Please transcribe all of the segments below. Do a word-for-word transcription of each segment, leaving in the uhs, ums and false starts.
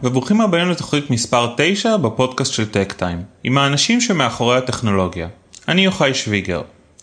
וברוכים הבאים לתוכנית מספר תשע בפודקאסט של טק טיים, עם האנשים שמאחורי הטכנולוגיה. אני יוחאי שוויגר.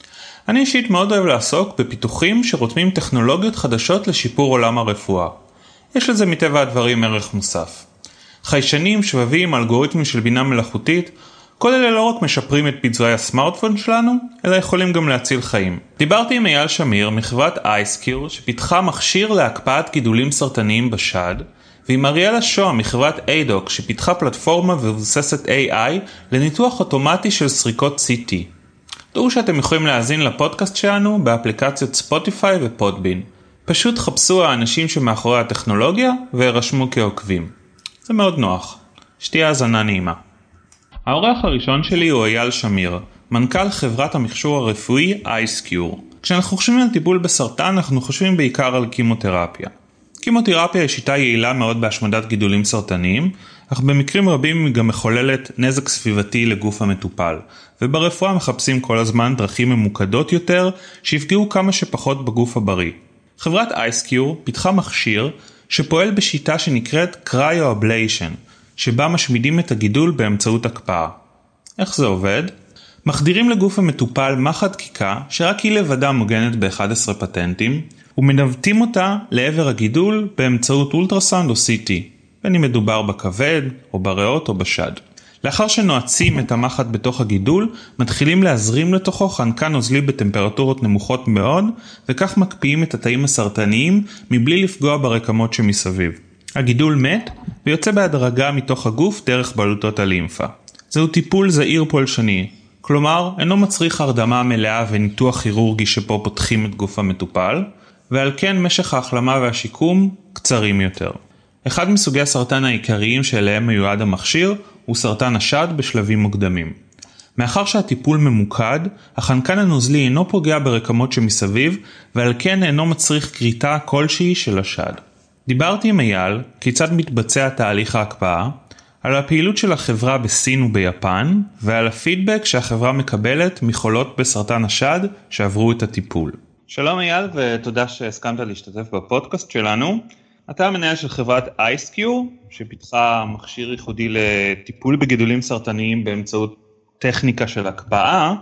אני אישית מאוד אוהב לעסוק בפיתוחים שרותמים טכנולוגיות חדשות לשיפור עולם הרפואה. יש לזה מטבע הדברים ערך מוסף. חיישנים, שבבים, אלגוריתמים של בינה מלאכותית, כל אלה לא רק משפרים את ביצועי הסמארטפון שלנו, אלא יכולים גם להציל חיים. דיברתי עם אייל שמיר מחברת אייסקיור, שפיתחה מכשיר להקפאת גידולים סרטניים בשד, ועם אריאלה שוהם מחברת איי-דוק, שפיתחה פלטפורמה מבוססת איי איי לניתוח אוטומטי של סריקות סי טי. דעו שאתם יכולים להאזין לפודקאסט שלנו באפליקציות ספוטיפיי ופודבין. פשוט חפשו האנשים שמאחורי הטכנולוגיה והירשמו כעוקבים. זה מאוד נוח. שתהיה האזנה נעימה. האורח הראשון שלי הוא אייל שמיר, מנכ"ל חברת המכשור הרפואי אייסקיור. כשאנחנו חושבים על טיפול בסרטן, אנחנו חושבים בעיקר על קימותרפיה. קימותרפיה היא שיטה יעילה מאוד בהשמדת גידולים סרטניים, אך במקרים רבים היא גם מחוללת נזק סביבתי לגוף המטופל, וברפואה מחפשים כל הזמן דרכים ממוקדות יותר שיפגעו כמה שפחות בגוף הבריא. חברת אייסקיור פיתחה מכשיר שפועל בשיטה שנקראת קריו-אבליישן, שבה משמידים את הגידול באמצעות הקפאה. איך זה עובד? מחדירים לגוף המטופל מחט דקיקה שרק היא לבדה מוגנת ב-אחד עשר פטנטים, ומנווטים אותה לעבר הגידול באמצעות אולטרסאונד או סי טי, בין אם מדובר בכבד או בריאות או בשד. לאחר שנועצים את המחט בתוך הגידול, מתחילים להזרים לתוכו חנקן נוזלי בטמפרטורות נמוכות מאוד, וכך מקפיאים את התאים הסרטניים מבלי לפגוע ברקמות שמסביב. הגידול מת ויוצא בהדרגה מתוך הגוף דרך בלוטות הלימפה. זהו טיפול זעיר פולשני, כלומר אינו מצריך הרדמה מלאה וניתוח כירורגי שבו פותחים את גוף המטופל, ועל כן משך ההחלמה והשיקום קצרים יותר. אחד מסוגי הסרטן העיקריים שאליהם מיועד המכשיר הוא סרטן השד בשלבים מוקדמים. מאחר שהטיפול ממוקד, החנקן הנוזלי אינו פוגע ברקמות שמסביב, ועל כן אינו מצריך קריטה כלשהי של השד. דיברתי עם אייל כיצד מתבצע תהליך ההקפאה, על הפעילות של החברה בסין וביפן, ועל הפידבק שהחברה מקבלת מחולות בסרטן השד שעברו את הטיפול. שלום אייל, ותודה שהסכמת להשתתף בפודקאסט שלנו. אתה המנהל של חברת אייסקיור, שפיתחה מכשיר ייחודי לטיפול בגידולים סרטניים באמצעות טכניקה של הקפאה.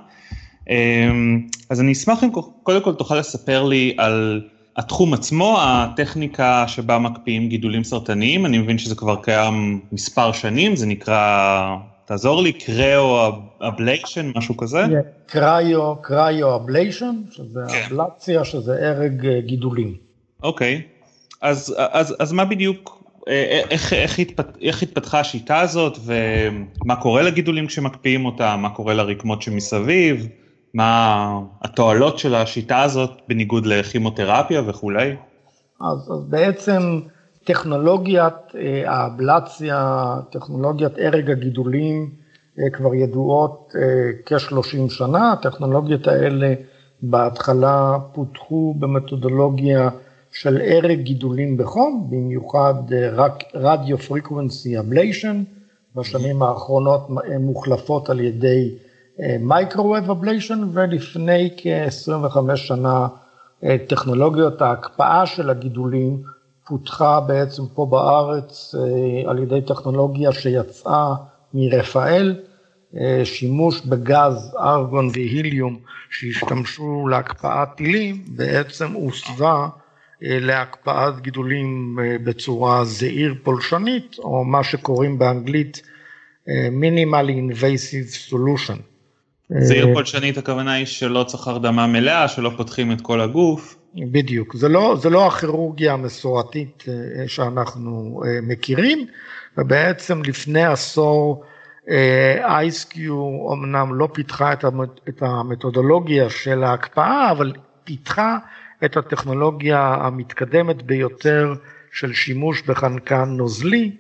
אז אני אשמח אם קודם כל תוכל לספר לי על התחום עצמו, הטכניקה שבה מקפיאים גידולים סרטניים. אני מבין שזה כבר קיים מספר שנים, זה נקרא, תעזור לי, קריו-אבליישן, משהו כזה? קריו, קריו-אבליישן, שזה אבלציה, שזה הרג גידולים. אוקיי, אז, אז, אז מה בדיוק, איך, איך, התפת, איך התפתחה השיטה הזאת, ומה קורה לגידולים כשמקפיאים אותה, מה קורה לרקמות שמסביב, מה התועלות של השיטה הזאת בניגוד לכימותרפיה וכו'? אז, אז בעצם טכנולוגיית האבלציה, טכנולוגיית הרג הגידולים כבר ידועות כ-שלושים שנה. הטכנולוגיות האלה בהתחלה פותחו במתודולוגיה של הרג גידולים בחום, במיוחד רדיו פריקוונסי אבליישן, בשנים האחרונות מוחלפות על ידי מייקרווייב אבליישן, ולפני כ-עשרים וחמש שנה טכנולוגיות ההקפאה של הגידולים פותחה בעצם פה בארץ על ידי טכנולוגיה שיצאה מרפאל, שימוש בגז, ארגון והיליום שהשתמשו להקפאת טילים, בעצם הוסבה להקפאת גידולים בצורה זעיר פולשנית, או מה שקוראים באנגלית minimally invasive solution. זעיר פולשנית, הכוונה היא שלא צריך הרדמה מלאה, שלא פותחים את כל הגוף. בדיוק, זה לא, זה לא הכירורגיה המסורתית שאנחנו מכירים, ובעצם לפני עשור אייסקיור אמנם לא פיתחה את המתודולוגיה של ההקפאה, אבל פיתחה את הטכנולוגיה המתקדמת ביותר של שימוש בחנקן נוזלי,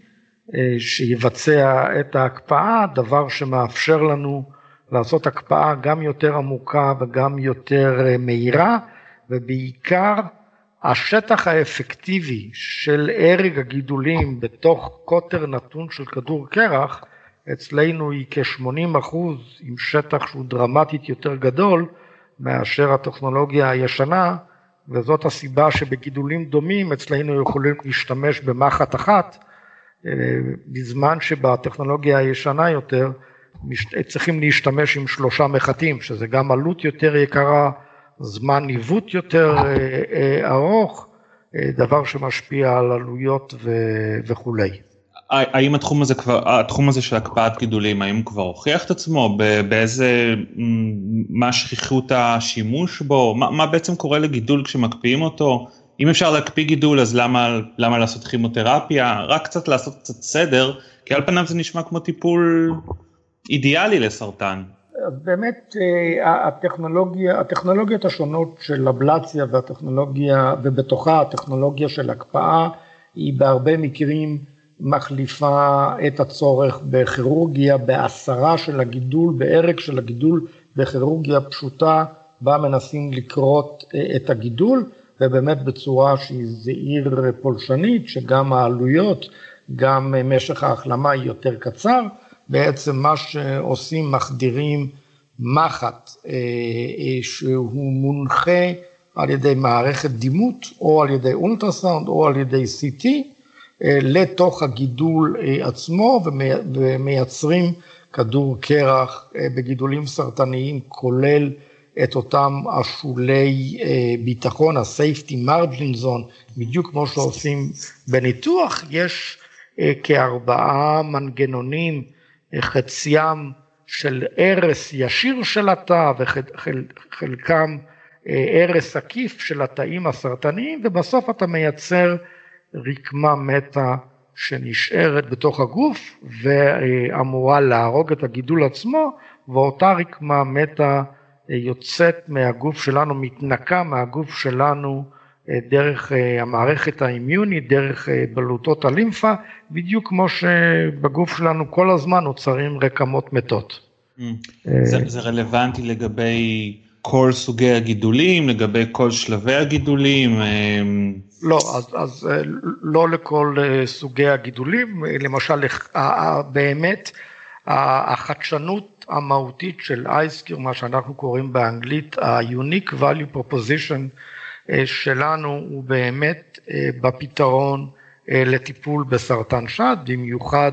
שיבצע את ההקפאה, דבר שמאפשר לנו לעשות הקפאה גם יותר עמוקה וגם יותר מהירה, ובעיקר השטח האפקטיבי של הרג הגידולים בתוך קוטר נתון של כדור קרח, אצלנו היא כ-שמונים אחוז עם שטח שהוא דרמטית יותר גדול מאשר הטכנולוגיה הישנה, וזאת הסיבה שבגידולים דומים אצלנו יכולים להשתמש במחט אחת, בזמן שבטכנולוגיה הישנה יותר, צריכים להשתמש עם שלושה מחטים, שזה גם עלות יותר יקרה, זמן ניווט יותר ארוך, דבר שמשפיע על עלויות וכולי. האם התחום הזה כבר, התחום הזה של הקפאת גידולים, האם הוא כבר הוכיח את עצמו? באיזה, מה שכיחות השימוש בו? מה, מה בעצם קורה לגידול כשמקפיאים אותו? אם אפשר להקפיא גידול, אז למה, למה לעשות כימותרפיה? רק קצת לעשות קצת סדר, כי על פניו זה נשמע כמו טיפול אידיאלי לסרטן. אז באמת הטכנולוגיה, הטכנולוגיות השונות של אבלציה והטכנולוגיה, ובתוכה הטכנולוגיה של הקפאה, היא בהרבה מקרים מחליפה את הצורך בכירורגיה, בהסרה של הגידול, בהרג של הגידול, בכירורגיה פשוטה, בה מנסים לקרות את הגידול, ובאמת בצורה שהיא זעיר פולשנית, שגם העלויות, גם משך ההחלמה היא יותר קצר, בעצם מה שעושים מחדירים מחט, שהוא מונחה על ידי מערכת דימות, או על ידי אולטרסאונד, או על ידי סי טי, לתוך הגידול עצמו, ומייצרים כדור קרח בגידולים סרטניים, כולל את אותם השולי ביטחון, ה-safety margin zone, בדיוק כמו שעושים בניתוח, יש כארבעה מנגנונים, חציים של ערס ישיר של התא, וחלקם ערס עקיף של התאים הסרטניים, ובסוף אתה מייצר רקמה מתה שנשארת בתוך הגוף, ואמורה להרוג את הגידול עצמו, ואותה רקמה מתה יוצאת מהגוף שלנו, מתנקה מהגוף שלנו, דרך המערכת האימיונית, דרך בלוטות הלימפה, בדיוק כמו שבגוף שלנו כל הזמן נוצרים רקמות מתות. זה, זה רלוונטי לגבי כל סוגי הגידולים, לגבי כל שלבי הגידולים? לא, אז, אז לא לכל סוגי הגידולים, למשל באמת החדשנות המהותית של אייסקיר, מה שאנחנו קוראים באנגלית, ה-unique value proposition שלנו הוא באמת בפתרון לטיפול בסרטן שד, במיוחד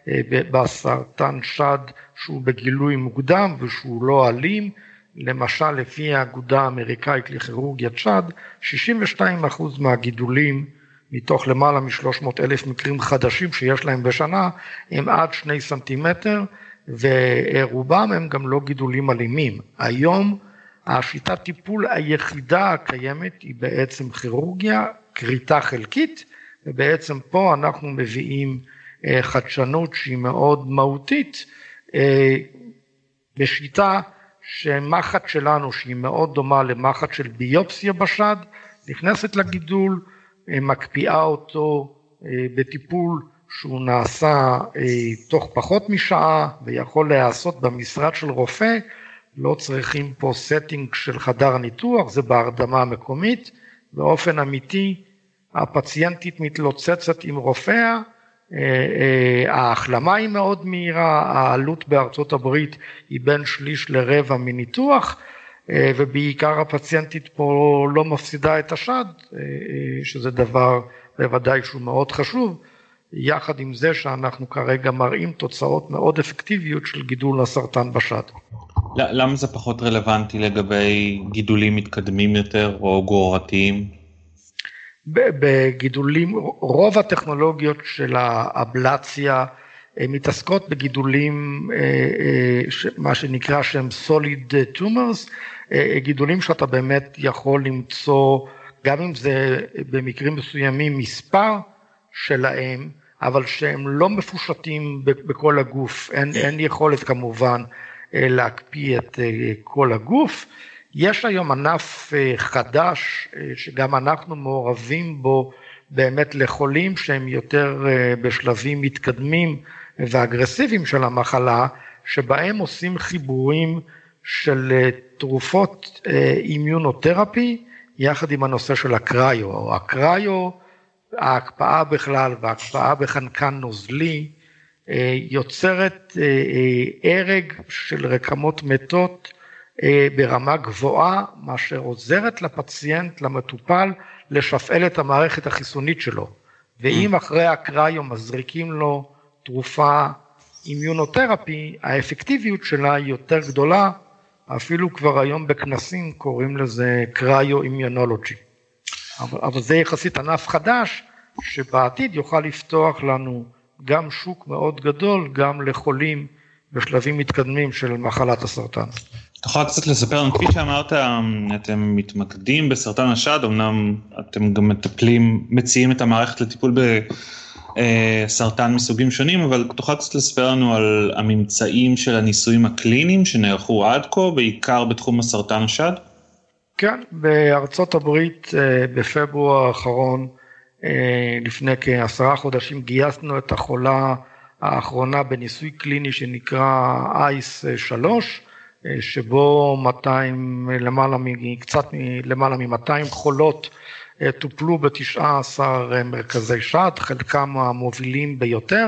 בסרטן שד שהוא בגילוי מוקדם ושהוא לא אלים, למשל לפי האגודה האמריקאית לכירורגיית שד, שישים ושתיים אחוז מהגידולים מתוך למעלה מ-שלוש מאות אלף מקרים חדשים שיש להם בשנה, הם עד שני סנטימטר, ורובם הם גם לא גידולים אלימים. היום השיטת טיפול היחידה הקיימת היא בעצם כירורגיה, כריתה חלקית, ובעצם פה אנחנו מביאים חדשנות שהיא מאוד מהותית, בשיטה שמחט שלנו שהיא מאוד דומה למחט של ביופסיה בשד, נכנסת לגידול, מקפיאה אותו בטיפול שהוא נעשה תוך פחות משעה, ויכול להיעשות במשרד של רופא, לא צריכים פה סטינג של חדר הניתוח, זה בהרדמה המקומית, באופן אמיתי הפציינטית מתלוצצת עם רופאה, ההחלמה היא מאוד מהירה, העלות בארצות הברית היא בין שליש לרבע מניתוח, ובעיקר הפציינטית פה לא מפסידה את השד, שזה דבר בוודאי שהוא מאוד חשוב, יחד עם זה שאנחנו כרגע מראים תוצאות מאוד אפקטיביות של גידול הסרטן בשד. למה זה פחות רלוונטי לגבי גידולים מתקדמים יותר או גרורתיים? בגידולים, רוב הטכנולוגיות של האבלציה מתעסקות בגידולים, מה שנקרא שהם solid tumors, גידולים שאתה באמת יכול למצוא, גם אם זה במקרים מסוימים מספר שלהם, אבל שהם לא מפושטים בכל הגוף, אין, אין יכולת כמובן להקפיא את כל הגוף. יש היום ענף חדש שגם אנחנו מעורבים בו באמת לחולים שהם יותר בשלבים מתקדמים ואגרסיביים של המחלה, שבהם עושים חיבורים של תרופות אימיונותרפי יחד עם הנושא של הקריו. הקריו, ההקפאה בכלל וההקפאה בחנקן נוזלי יוצרת הרג של רקמות מתות ברמה גבוהה, מה שעוזרת לפציינט, למטופל, לשפעל את המערכת החיסונית שלו. ואם אחרי הקריו מזריקים לו תרופה אימיונותרפי, האפקטיביות שלה היא יותר גדולה, אפילו כבר היום בכנסים קוראים לזה קריו-אימיונולוגי. אבל, אבל זה יחסית ענף חדש, שבעתיד יוכל לפתוח לנו גם שוק מאוד גדול, גם לחולים בשלבים מתקדמים של מחלת הסרטן. תוכל קצת לספר לנו, כפי שאמרת, אתם מתמקדים בסרטן השד, אמנם אתם גם מטפלים, מציעים את המערכת לטיפול בסרטן מסוגים שונים, אבל תוכל קצת לספר לנו על הממצאים של הניסויים הקליניים שנערכו עד כה, בעיקר בתחום הסרטן השד? כן, בארצות הברית בפברואר האחרון, לפני כעשרה חודשים, גייסנו את החולה האחרונה בניסוי קליני שנקרא אייס שלוש, שבו מאתיים, למעלה, קצת למעלה מ-מאתיים חולות טופלו ב-תשעה עשר מרכזי שד, חלקם המובילים ביותר.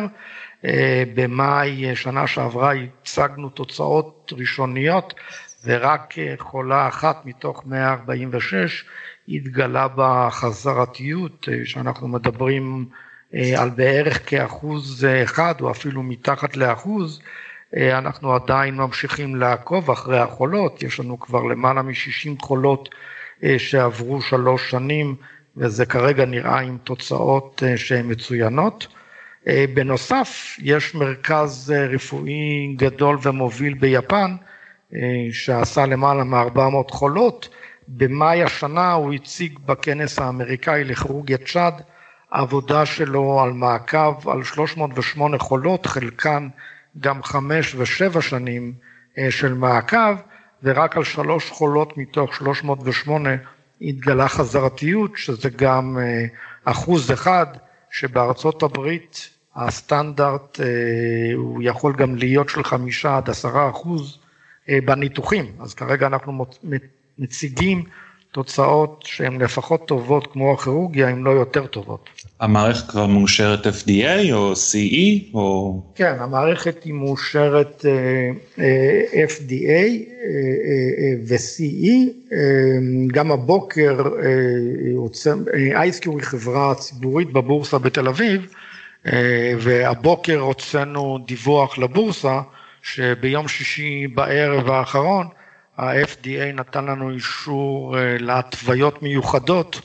במאי שנה שעברה הצגנו תוצאות ראשוניות, ורק חולה אחת מתוך מאה ארבעים ושש התגלה בחזרתיות, שאנחנו מדברים על בערך כאחוז אחד או אפילו מתחת לאחוז. אנחנו עדיין ממשיכים לעקוב אחרי החולות, יש לנו כבר למעלה מ-שישים חולות שעברו שלוש שנים, וזה כרגע נראה עם תוצאות שהן מצוינות. בנוסף, יש מרכז רפואי גדול ומוביל ביפן, שעשה למעלה מ-ארבע מאות חולות. במאי השנה הוא הציג בכנס האמריקאי לכירורגיית שד, העבודה שלו על מעקב על שלוש מאות ושמונה חולות, חלקן גם חמש ושבע שנים של מעקב, ורק על שלוש חולות מתוך שלוש מאות ושמונה התגלה חזרתיות, שזה גם אחוז אחד, שבארצות הברית הסטנדרט הוא יכול גם להיות של חמישה עד עשרה אחוז בניתוחים. אז כרגע אנחנו מציגים תוצאות שהן לפחות טובות כמו הכירורגיה, אם לא יותר טובות. המערכת כבר מאושרת אף די איי או סי אי? או... כן, המערכת היא מאושרת אף די איי ו-סי אי. גם הבוקר, אייסקיור היא חברה ציבורית בבורסה בתל אביב, והבוקר הוצאנו דיווח לבורסה, שביום שישי בערב האחרון, ה-אף די איי נתן לנו אישור להתוויות מיוחדות,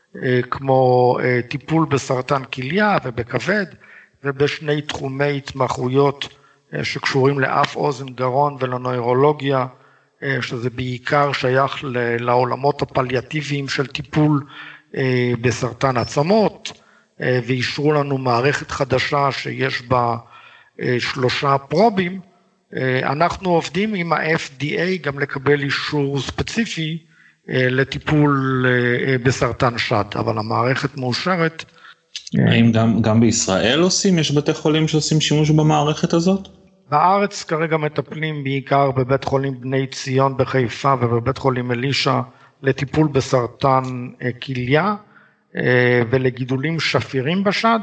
כמו טיפול בסרטן כליה ובכבד, ובשני תחומי התמחויות שקשורים לאף אוזן גרון ולנוירולוגיה, שזה בעיקר שייך לעולמות הפליאטיביים של טיפול בסרטן עצמות, ואישרו לנו מערכת חדשה שיש בה שלושה פרובים. אנחנו עובדים עם ה-אף די איי גם לקבל אישור ספציפי לטיפול בסרטן שד, אבל המערכת מאושרת. האם גם, גם בישראל עושים? יש בתי חולים שעושים שימוש במערכת הזאת? בארץ כרגע מטפלים בעיקר בבית חולים בני ציון בחיפה ובבית חולים אלישע לטיפול בסרטן כליה ולגידולים שפירים בשד.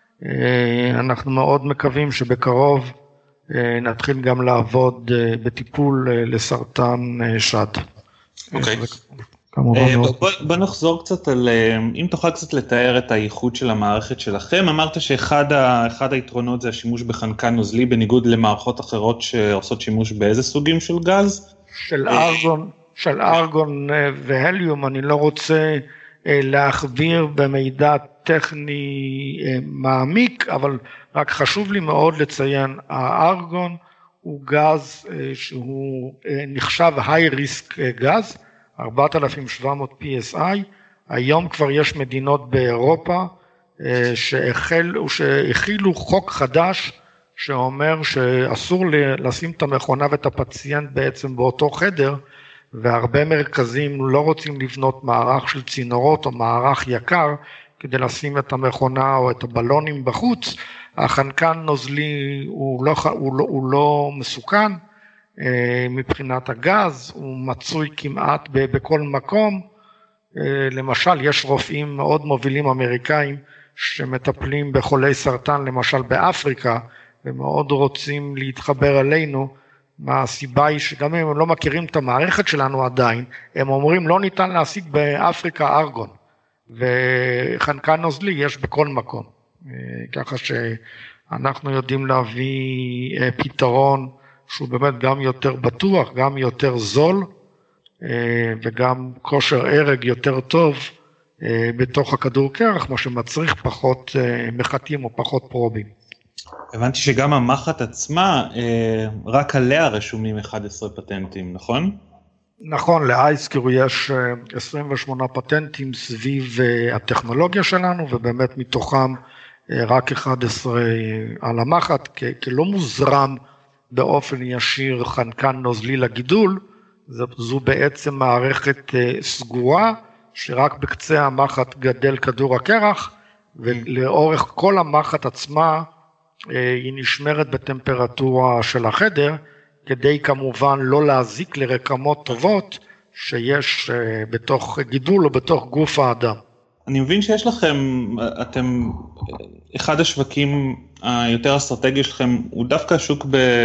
אנחנו מאוד מקווים שבקרוב נתחיל גם לעבוד בטיפול לסרטן שד. אוקיי. בוא נחזור קצת על, אם תוכל קצת לתאר את הייחוד של המערכת שלכם, אמרת שאחד היתרונות זה השימוש בחנקן נוזלי, בניגוד למערכות אחרות שעושות שימוש באיזה סוגים של גז? של ארגון, של ארגון והליום, אני לא רוצה להכביר במידע טכני מעמיק, אבל רק חשוב לי מאוד לציין, הארגון הוא גז שהוא נחשב high risk גז, ארבעת אלפים שבע מאות פי אס איי, היום כבר יש מדינות באירופה שהחלו, שהחילו חוק חדש שאומר שאסור לשים את המכונה ואת הפציינט בעצם באותו חדר, והרבה מרכזים לא רוצים לבנות מערך של צינורות או מערך יקר כדי לשים את המכונה או את הבלונים בחוץ. החנקן נוזלי הוא לא, הוא לא, הוא לא מסוכן מבחינת הגז, הוא מצוי כמעט בכל מקום. למשל יש רופאים מאוד מובילים אמריקאים שמטפלים בחולי סרטן למשל באפריקה, ומאוד רוצים להתחבר אלינו. מה הסיבה היא שגם אם הם לא מכירים את המערכת שלנו עדיין, הם אומרים לא ניתן להשיג באפריקה ארגון. וחנקן נוזלי יש בכל מקום, ככה שאנחנו יודעים להביא פתרון שהוא באמת גם יותר בטוח, גם יותר זול, וגם כושר הרג יותר טוב בתוך הכדור קרח, מה שמצריך פחות מחטים או פחות פרובים. הבנתי שגם המחט עצמה, רק עליה רשומים אחד עשר פטנטים, נכון? נכון, לאייסקיור יש עשרים ושמונה פטנטים סביב הטכנולוגיה שלנו, ובאמת מתוכם רק אחד עשר על המחט, כי לא מוזרם באופן ישיר חנקן נוזלי לגידול, זו בעצם מערכת סגורה, שרק בקצה המחט גדל כדור הקרח, ולאורך כל המחט עצמה, היא נשמרת בטמפרטורה של החדר, כדי כמובן לא להזיק לרקמות טובות, שיש בתוך גידול או בתוך גוף האדם. אני מבין שיש לכם, אתם, אחד השווקים היותר אסטרטגי שלכם, הוא דווקא השוק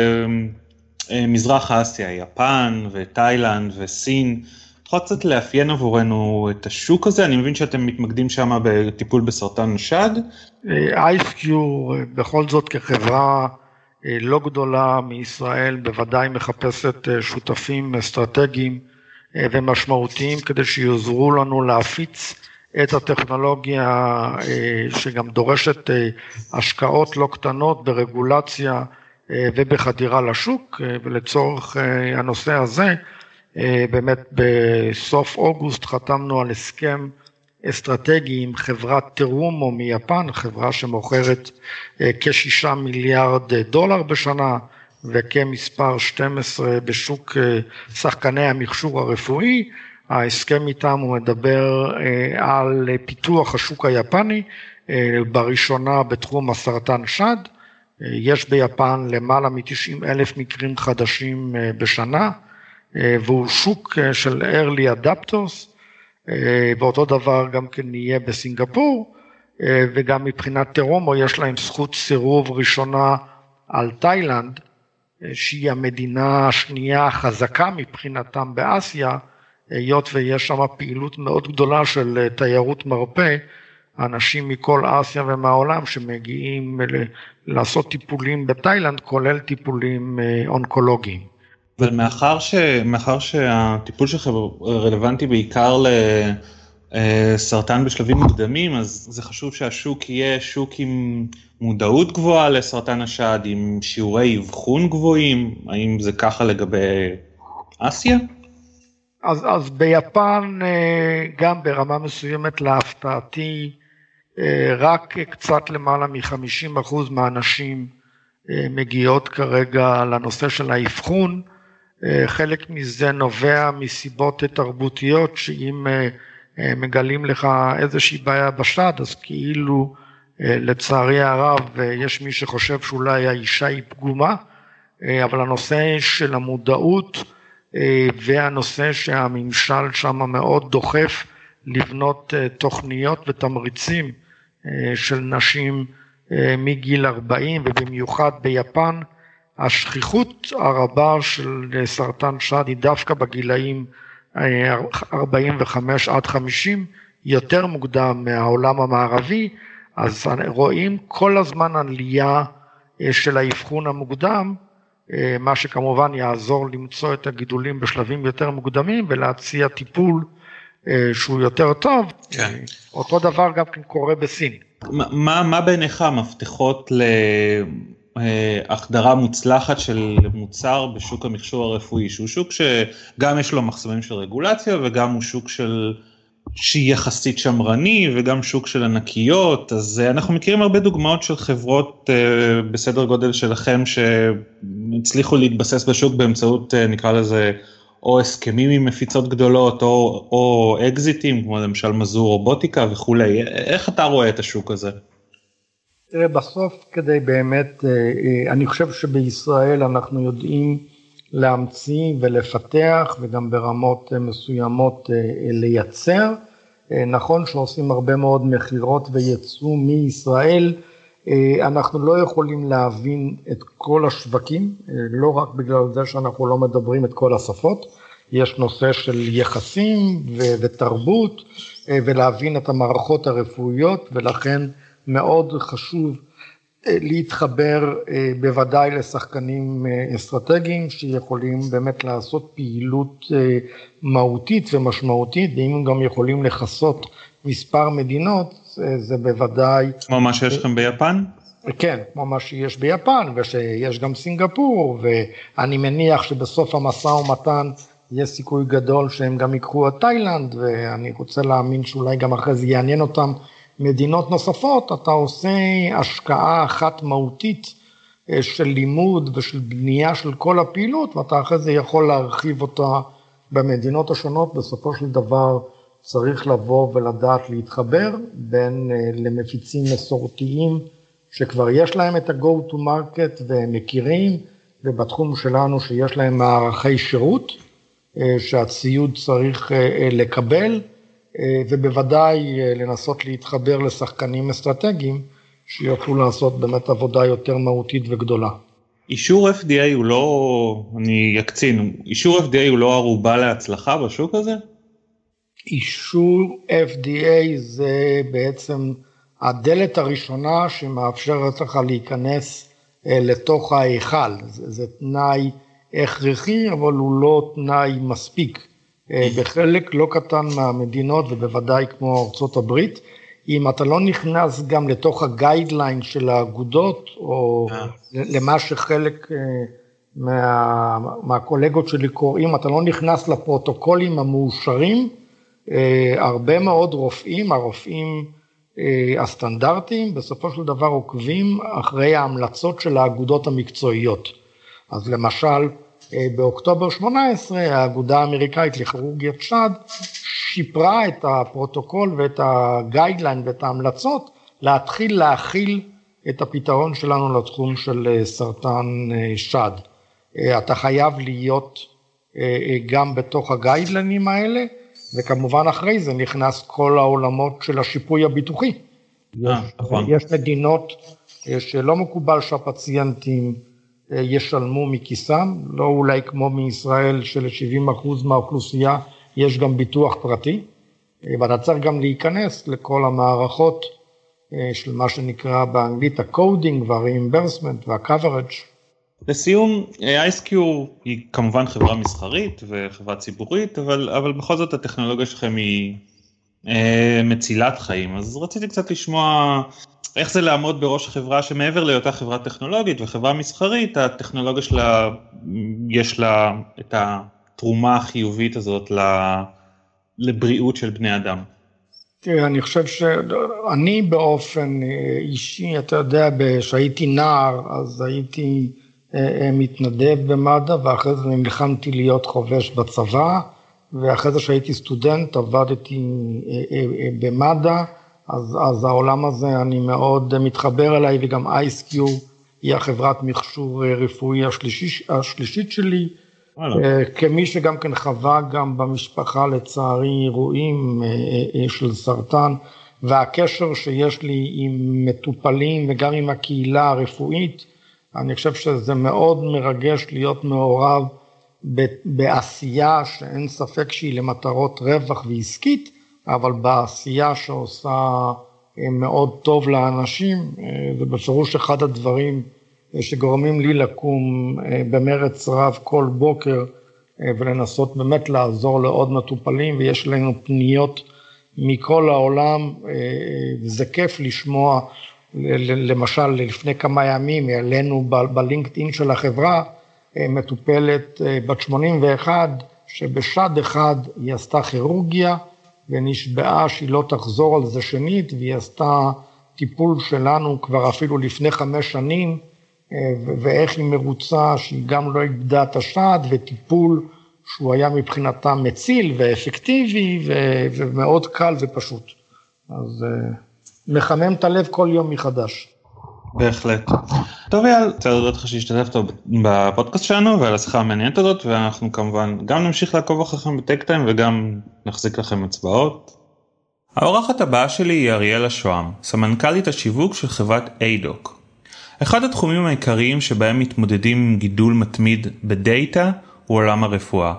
במזרח אסיה, יפן ותאילנד וסין. תוכל קצת לאפיין עבורנו את השוק הזה, אני מבין שאתם מתמקדים שם בטיפול בסרטן השד. אייסקיור בכל זאת כחברה לא גדולה מישראל, בוודאי מחפשת שותפים אסטרטגיים ומשמעותיים, כדי שיעזרו לנו להפיץ את הטכנולוגיה שגם דורשת השקעות לא קטנות ברגולציה ובחדירה לשוק, ולצורך הנושא הזה, באמת בסוף אוגוסט חתמנו על הסכם אסטרטגי עם חברת טרומו מיפן, חברה שמוכרת כשישה מיליארד דולר בשנה, וכמספר שתים עשרה בשוק שחקני המכשור הרפואי. ההסכם איתם הוא מדבר על פיתוח השוק היפני, בראשונה בתחום הסרטן שד, יש ביפן למעלה מ-תשעים אלף מקרים חדשים בשנה, והוא שוק של early adapters, ואותו דבר גם כן יהיה בסינגפור, וגם מבחינת טרומו יש להם זכות סירוב ראשונה על תאילנד, שהיא המדינה השנייה החזקה מבחינתם באסיה, היות ויש שם פעילות מאוד גדולה של תיירות מרפא, אנשים מכל אסיה ומהעולם שמגיעים לעשות טיפולים בתאילנד, כולל טיפולים אונקולוגיים. אבל מאחר, ש... מאחר שהטיפול שלך רלוונטי בעיקר לסרטן בשלבים מוקדמים, אז זה חשוב שהשוק יהיה שוק עם מודעות גבוהה לסרטן השד, עם שיעורי אבחון גבוהים, האם זה ככה לגבי אסיה? אז, אז ביפן גם ברמה מסוימת להפתעתי, רק קצת למעלה מ-חמישים אחוז מהאנשים מגיעות כרגע לנושא של האבחון, חלק מזה נובע מסיבות תרבותיות, שאם מגלים לך איזושהי בעיה בשד, אז כאילו לצערי הרב יש מי שחושב שאולי האישה היא פגומה, אבל הנושא של המודעות והנושא שהממשל שם מאוד דוחף לבנות תוכניות ותמריצים של נשים מגיל ארבעים, ובמיוחד ביפן השכיחות הרבה של סרטן שד היא דווקא בגילאים ארבעים וחמש עד חמישים, יותר מוקדם מהעולם המערבי, אז רואים כל הזמן עלייה של האבחון המוקדם, מה שכמובן יעזור למצוא את הגידולים בשלבים יותר מוקדמים ולהציע טיפול שהוא יותר טוב. כן. אותו דבר גם כן קורה בסין. מה, מה בעיניך המפתחות להחדרה מוצלחת של מוצר בשוק המכשור הרפואי, שהוא שוק שגם יש לו מחסומים של רגולציה וגם הוא שוק של שהיא יחסית שמרני וגם שוק של ענקיות, אז אנחנו מכירים הרבה דוגמאות של חברות בסדר גודל שלכם שהצליחו להתבסס בשוק באמצעות נקרא לזה או הסכמים עם מפיצות גדולות או, או אקזיטים כמו למשל מזור רובוטיקה וכולי. איך אתה רואה את השוק הזה? בסוף כדי באמת, אני חושב שבישראל אנחנו יודעים להמציא ולפתח וגם ברמות מסוימות לייצר. נכון שעושים הרבה מאוד מחירות וייצוא מישראל, אנחנו לא יכולים להבין את כל השווקים, לא רק בגלל זה שאנחנו לא מדברים את כל השפות, יש נושא של יחסים ותרבות, ולהבין את המערכות הרפואיות, ולכן מאוד חשוב להתחבר בוודאי לשחקנים אסטרטגיים, שיכולים באמת לעשות פעילות מהותית ומשמעותית, ואם הם גם יכולים לחסות מספר מדינות, זה בוודאי... כמו מה שיש לכם ביפן? כן, כמו מה שיש ביפן, ושיש גם סינגפור, ואני מניח שבסוף המשא ומתן יש סיכוי גדול שהם גם יקחו את תאילנד, ואני רוצה להאמין שאולי גם אחרי זה יעניין אותם מדינות נוספות. אתה עושה השקעה אחת מהותית של לימוד ושל בנייה של כל הפעילות, ואתה אחרי זה יכול להרחיב אותה במדינות השונות. בסופו של דבר צריך לבוא ולדעת להתחבר בין למפיצים מסורתיים, שכבר יש להם את ה-go to market והם מכירים, ובתחום שלנו שיש להם מערכי שירות, שהציוד צריך לקבל, ובוודאי לנסות להתחבר לשחקנים אסטרטגיים, שיוכלו לעשות באמת עבודה יותר מהותית וגדולה. אישור אף די איי הוא לא, אני יקצין, אישור אף די איי הוא לא ערובה להצלחה בשוק הזה? אישור אף די איי זה בעצם הדלת הראשונה שמאפשרת לך להיכנס לתוך ההיכל. זה, זה תנאי הכרחי, אבל הוא לא תנאי מספיק. בחלק לא קטן מהמדינות, ובוודאי כמו ארצות הברית, אם אתה לא נכנס גם לתוך הגיידליין של האגודות, או למה שחלק מה, מהקולגות שלי קוראים, אתה לא נכנס לפרוטוקולים המאושרים, הרבה מאוד רופאים, הרופאים הסטנדרטיים, בסופו של דבר עוקבים אחרי ההמלצות של האגודות המקצועיות. אז למשל, באוקטובר שמונה עשרה, האגודה האמריקאית לכירורגיית שד, שיפרה את הפרוטוקול ואת הגיידליין ואת ההמלצות, להתחיל להכיל את הפתרון שלנו לתחום של סרטן שד. אתה חייב להיות גם בתוך הגיידליינים האלה, וכמובן אחרי זה נכנס כל העולמות של השיפוי הביטוחי. יש מדינות שלא מקובל שהפציינטים ישלמו מכיסם, לא אולי כמו מישראל של-שבעים אחוז מהאוכלוסייה יש גם ביטוח פרטי, ואתה צריך גם להיכנס לכל המערכות של מה שנקרא באנגלית הקודינג והרימברסמנט והקוברage. לסיום, אי אס קיו היא כמובן חברה מסחרית וחברה ציבורית, אבל, אבל בכל זאת הטכנולוגיה שלכם היא אה, מצילת חיים, אז רציתי קצת לשמוע איך זה לעמוד בראש חברה שמעבר להיותה חברה טכנולוגית וחברה מסחרית, הטכנולוגיה שלה, יש לה את התרומה החיובית הזאת לבריאות של בני אדם. תראה, אני חושב שאני באופן אישי, אתה יודע, כשהייתי נער, אז הייתי מתנדב במד"א, ואחרי זה נלחמתי להיות חובש בצבא, ואחרי זה שהייתי סטודנט, עבדתי במד"א, אז, אז העולם הזה אני מאוד מתחבר אליי, וגם אי אס קיו היא החברת מכשור רפואי השלישי, השלישית שלי, וואלה. כמי שגם כן חווה גם במשפחה לצערי אירועים של סרטן, והקשר שיש לי עם מטופלים וגם עם הקהילה הרפואית, אני חושב שזה מאוד מרגש להיות מעורב בעשייה שאין ספק שהיא למטרות רווח ועסקית, אבל בעשייה שעושה מאוד טוב לאנשים, זה בפירוש אחד הדברים שגורמים לי לקום במרץ רב כל בוקר, ולנסות באמת לעזור לעוד מטופלים, ויש לנו פניות מכל העולם, וזה כיף לשמוע, למשל לפני כמה ימים, העלינו בלינקדאין של החברה, מטופלת בת שמונים ואחת, שבשד אחד היא עשתה כירורגיה, ונשבעה שהיא לא תחזור על זה שנית, והיא עשתה טיפול שלנו כבר אפילו לפני חמש שנים, ואיך היא מרוצה שהיא גם לא איבדה את השד, וטיפול שהוא היה מבחינתה מציל ואפקטיבי, ומאוד קל ופשוט. אז מחמם את הלב כל יום מחדש. בהחלט. טוב יאל, רוצה להודות לך שהשתתפת בפודקאסט שלנו ועל השיחה המעניינת הזאת, ואנחנו כמובן גם נמשיך לעקוב אחריכם בטק טיים וגם נחזיק לכם הצבעות. האורחת הבאה שלי היא אריאלה שוהם, סמנכ"לית השיווק של חברת איידוק. אחד התחומים העיקריים שבהם מתמודדים עם גידול מתמיד בדאטה הוא עולם הרפואה.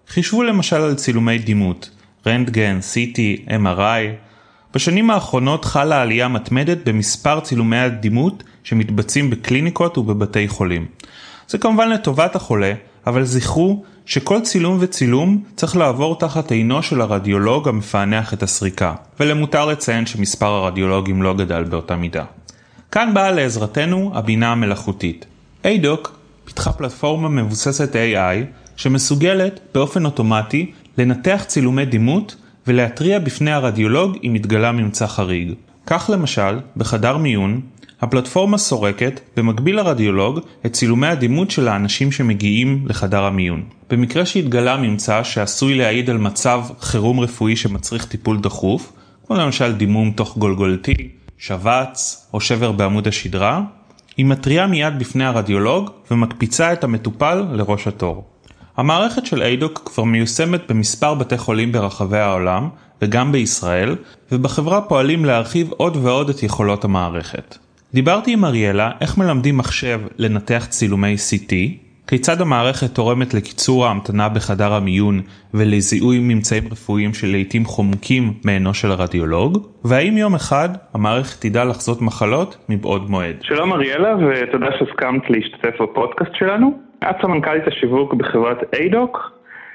חישבו למשל על צילומי דימות, רנטגן, סי טי, אם אר איי. בשנים האחרונות חלה עלייה מתמדת במספר צילומי הדימות שמתבצעים בקליניקות ובבתי חולים. זה כמובן לטובת החולה, אבל זכרו שכל צילום וצילום צריך לעבור תחת עינו של הרדיולוג המפענח את הסריקה, ולמותר לציין שמספר הרדיולוגים לא גדל באותה מידה. כאן באה לעזרתנו הבינה המלאכותית. אידוק פיתחה פלטפורמה מבוססת איי איי שמסוגלת באופן אוטומטי לנתח צילומי דימות ולהתריע בפני הרדיולוג אם מתגלה ממצא חריג. כך למשל, בחדר מיון, הפלטפורמה סורקת במקביל לרדיולוג את צילומי הדימות של האנשים שמגיעים לחדר המיון. במקרה שהתגלה ממצא שעשוי להעיד על מצב חירום רפואי שמצריך טיפול דחוף, כמו למשל דימום תוך גולגולתי, שבץ או שבר בעמוד השדרה, היא מתריעה מיד בפני הרדיולוג ומקפיצה את המטופל לראש התור. המערכת של אידוק כבר מיושמת במספר בתי חולים ברחבי העולם וגם בישראל, ובחברה פועלים להרחיב עוד ועוד את יכולות המערכת. דיברתי עם אריאלה איך מלמדים מחשב לנתח צילומי סי טי, כיצד המערכת תורמת לקיצור ההמתנה בחדר המיון ולזיהוי ממצאים רפואיים שלעיתים חומקים מעינו של הרדיולוג, והאם יום אחד המערכת תדע לחזות מחלות מבעוד מועד. שלום אריאלה, ותודה שהסכמת להשתתף בפודקאסט שלנו. את סמנכ"לית השיווק בחברת אידוק,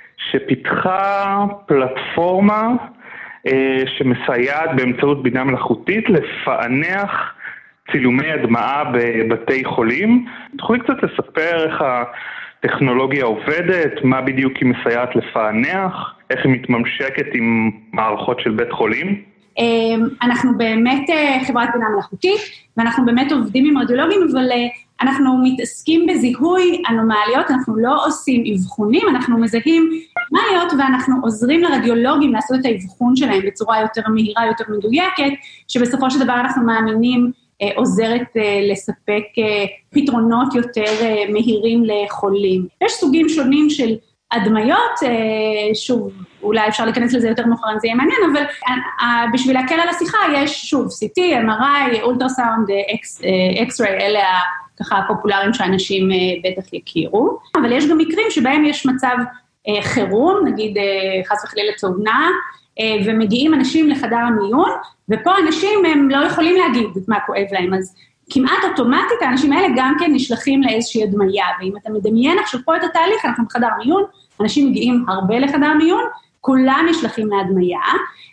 שפיתחה פלטפורמה אה, שמסייעת באמצעות בינה מלאכותית לפענח צילומי הדמעה בבתי חולים. תוכלי קצת לספר איך הטכנולוגיה עובדת, מה בדיוק היא מסייעת לפענח, איך היא מתממשקת עם מערכות של בית חולים? אנחנו באמת חברת בינה מלאכותית, ואנחנו באמת עובדים עם רדיולוגים, אבל אנחנו מתעסקים בזיהוי אנומליות, אנחנו לא עושים אבחונים, אנחנו מזהים אנומליות, ואנחנו עוזרים לרדיולוגים לעשות את האבחון שלהם בצורה יותר מהירה, יותר מדויקת, שבסופו של דבר אנחנו מאמינים עוזרת לספק פתרונות יותר מהירים לחולים. יש סוגים שונים של הדמיות, שוב, אולי אפשר להיכנס לזה יותר מאוחר, זה יהיה מעניין, אבל בשביל להקל על השיחה יש שוב סי טי, אם אר איי, אולטרסאונד, אקס-ריי, אלה ככה הפופולריים שאנשים בטח יכירו, אבל יש גם מקרים שבהם יש מצב חירום, נגיד חס וחלילה תאונה, ומגיעים אנשים לחדר המיון, ופה אנשים הם לא יכולים להגיד מה כואב להם, אז כמעט אוטומטית האנשים האלה גם כן נשלחים לאיזושהי הדמיה, ואם אתה מדמיין עכשיו פה את התהליך, אנחנו בחדר מיון, אנשים מגיעים הרבה לחדר מיון, כולם נשלחים להדמיה,